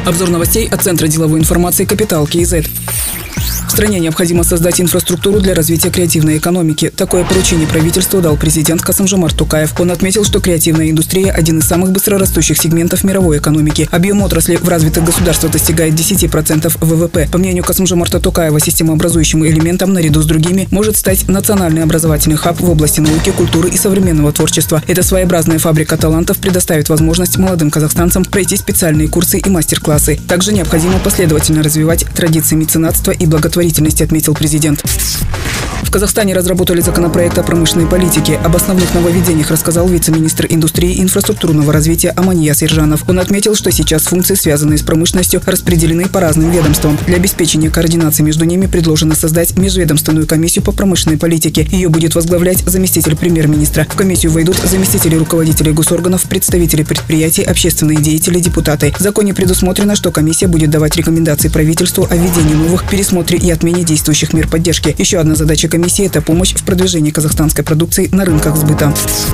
Обзор новостей от Центра деловой информации «Капитал» КИЗ. В стране необходимо создать инфраструктуру для развития креативной экономики. Такое поручение правительству дал президент Касым-Жомарт Токаев. Он отметил, что креативная индустрия – один из самых быстрорастущих сегментов мировой экономики. Объем отрасли в развитых государствах достигает 10% ВВП. По мнению Касым-Жомарта Токаева, системообразующим элементом, наряду с другими, может стать национальный образовательный хаб в области науки, культуры и современного творчества. Эта своеобразная фабрика талантов предоставит возможность молодым казахстанцам пройти специальные курсы и мастер-классы. Также необходимо последовательно развивать традиции меценатства и благотворительности, отметил президент. В Казахстане разработали законопроект о промышленной политике. Об основных нововведениях рассказал вице-министр индустрии и инфраструктурного развития Аманияс Ержанов. Он отметил, что сейчас функции, связанные с промышленностью, распределены по разным ведомствам. Для обеспечения координации между ними предложено создать межведомственную комиссию по промышленной политике. Ее будет возглавлять заместитель премьер-министра. В комиссию войдут заместители руководителей госорганов, представители предприятий, общественные деятели, депутаты. В законе предусмотрено, что комиссия будет давать рекомендации правительству о введении новых, пересмотре и отмене действующих мер поддержки. Еще одна задача комиссии – это помощь в продвижении казахстанской продукции на рынках сбыта.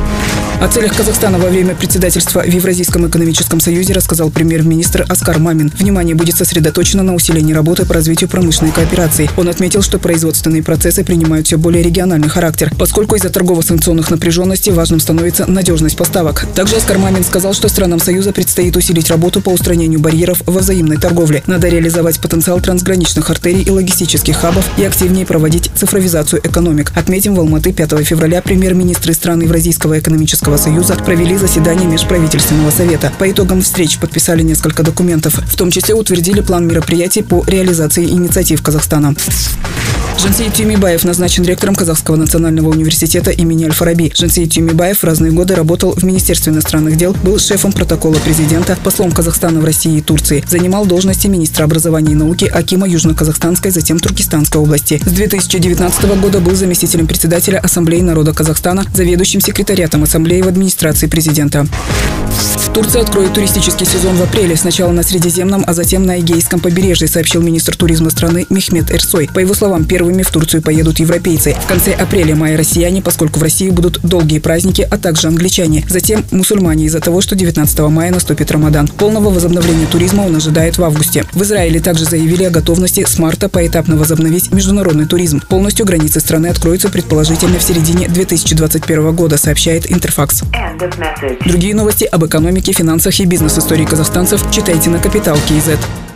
О целях Казахстана во время председательства в Евразийском экономическом союзе рассказал премьер-министр Аскар Мамин. Внимание будет сосредоточено на усилении работы по развитию промышленной кооперации. Он отметил, что производственные процессы принимают все более региональный характер, поскольку из-за торгово-санкционных напряженностей важным становится надежность поставок. Также Аскар Мамин сказал, что странам Союза предстоит усилить работу по устранению барьеров во взаимной торговле. Надо реализовать потенциал трансграничных артерий и логистических хабов и активнее проводить цифровизацию экономик. Отметим, в Алматы 5 февраля премьер-министры стран Евразийского экономического союза провели заседание межправительственного совета. По итогам встреч подписали несколько документов, в том числе утвердили план мероприятий по реализации инициатив Казахстана. Жансейит Тюймебаев назначен ректором Казахского национального университета имени Аль-Фараби. Жансейит Тюймебаев в разные годы работал в Министерстве иностранных дел, был шефом протокола президента, послом Казахстана в России и Турции. Занимал должности министра образования и науки, акима Южно-Казахстанской, затем Туркестанской области. С 2019 года был заместителем председателя Ассамблеи народа Казахстана, заведующим секретариатом Ассамблеи в администрации президента. Турция откроет туристический сезон в апреле, сначала на Средиземном, а затем на Эгейском побережье, сообщил министр туризма страны Мехмет Эрсой. По его словам, первыми в Турцию поедут европейцы. В конце апреля-мая россияне, поскольку в России будут долгие праздники, а также англичане. Затем мусульмане из-за того, что 19 мая наступит Рамадан. Полного возобновления туризма он ожидает в августе. В Израиле также заявили о готовности с марта поэтапно возобновить международный туризм. Полностью границы страны откроются предположительно в середине 2021 года, сообщает Интерфакс. Другие новости об экономике, финансах и бизнес-истории казахстанцев читайте на Капитал КИЗ.